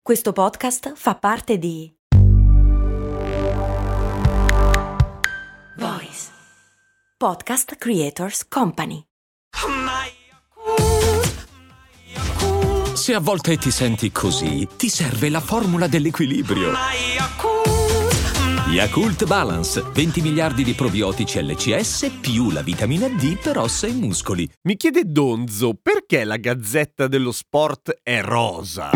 Questo podcast fa parte di Voice Podcast Creators Company. Se a volte ti senti così, ti serve la formula dell'equilibrio. Yakult Balance, 20 miliardi di probiotici LCS più la vitamina D per ossa e muscoli. Mi chiede Donzo, perché la Gazzetta dello Sport è rosa?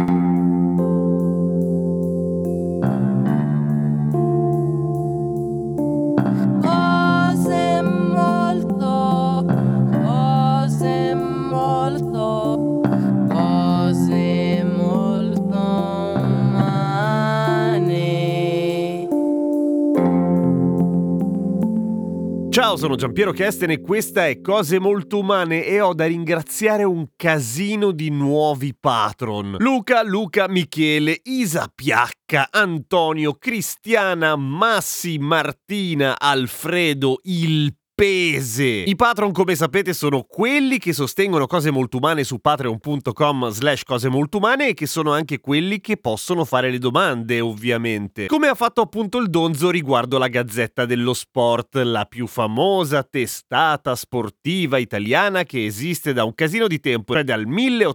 Ciao, sono Giampiero Kesten e questa è Cose Molto Umane e ho da ringraziare un casino di nuovi patron. Luca, Michele, Isa, Piacca, Antonio, Cristiana, Massi, Martina, Alfredo, il Pese. I patron, come sapete, sono quelli che sostengono Cose Molto Umane su patreon.com/Cose Molto Umane e che sono anche quelli che possono fare le domande, ovviamente. Come ha fatto appunto il Donzo riguardo la Gazzetta dello Sport, la più famosa testata sportiva italiana che esiste da un casino di tempo, cioè dal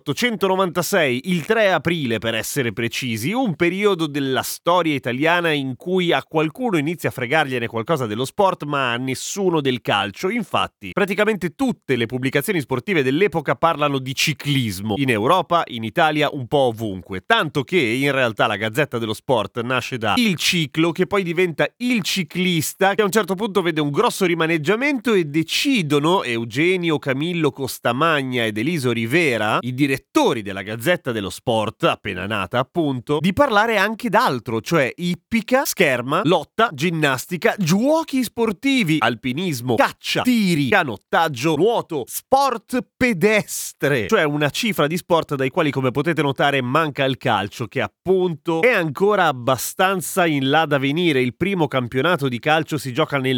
1896, il 3 aprile per essere precisi, un periodo della storia italiana in cui a qualcuno inizia a fregargliene qualcosa dello sport, ma a nessuno del calcio. Infatti, praticamente tutte le pubblicazioni sportive dell'epoca parlano di ciclismo, in Europa, in Italia, un po' ovunque, tanto che in realtà la Gazzetta dello Sport nasce da il ciclo, che poi diventa il ciclista, che a un certo punto vede un grosso rimaneggiamento e decidono Eugenio Camillo Costamagna ed Eliso Rivera, i direttori della Gazzetta dello Sport, appena nata appunto, di parlare anche d'altro, cioè ippica, scherma, lotta, ginnastica, giochi sportivi, alpinismo, caccia, tiri, canottaggio, nuoto, sport pedestre, cioè una cifra di sport dai quali, come potete notare, manca il calcio, che appunto è ancora abbastanza in là da venire. Il primo campionato di calcio si gioca nel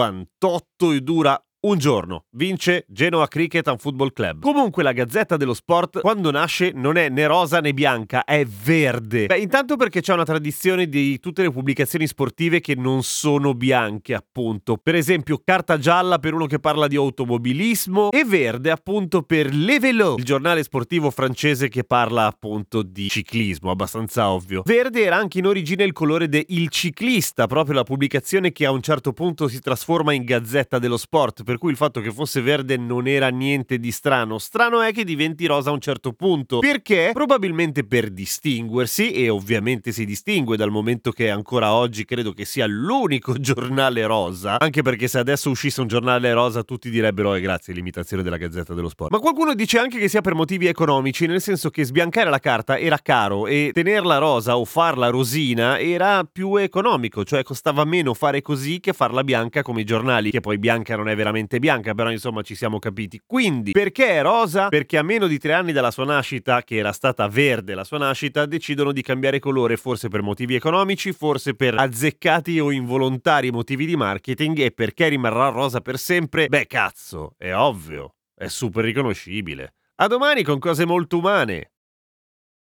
98 e dura un giorno. Vince Genoa Cricket and Football Club. Comunque la Gazzetta dello Sport, quando nasce, non è né rosa né bianca, è verde. Intanto perché c'è una tradizione di tutte le pubblicazioni sportive che non sono bianche, appunto. Per esempio, carta gialla per uno che parla di automobilismo e verde, appunto, per Le Vélo, il giornale sportivo francese che parla, appunto, di ciclismo, abbastanza ovvio. Verde era anche in origine il colore de Il Ciclista, proprio la pubblicazione che a un certo punto si trasforma in Gazzetta dello Sport, per cui il fatto che fosse verde non era niente di strano. Strano è che diventi rosa a un certo punto, perché probabilmente per distinguersi, e ovviamente si distingue dal momento che ancora oggi credo che sia l'unico giornale rosa, anche perché se adesso uscisse un giornale rosa tutti direbbero grazie, l'imitazione della Gazzetta dello Sport. Ma qualcuno dice anche che sia per motivi economici, nel senso che sbiancare la carta era caro e tenerla rosa o farla rosina era più economico, cioè costava meno fare così che farla bianca come i giornali, che poi bianca non è veramente bianca, però insomma ci siamo capiti. Quindi, perché è rosa? Perché a meno di 3 anni dalla sua nascita, che era stata verde la sua nascita, decidono di cambiare colore, forse per motivi economici, forse per azzeccati o involontari motivi di marketing. E perché rimarrà rosa per sempre? Beh, cazzo, è ovvio, è super riconoscibile. A domani con Cose Molto Umane.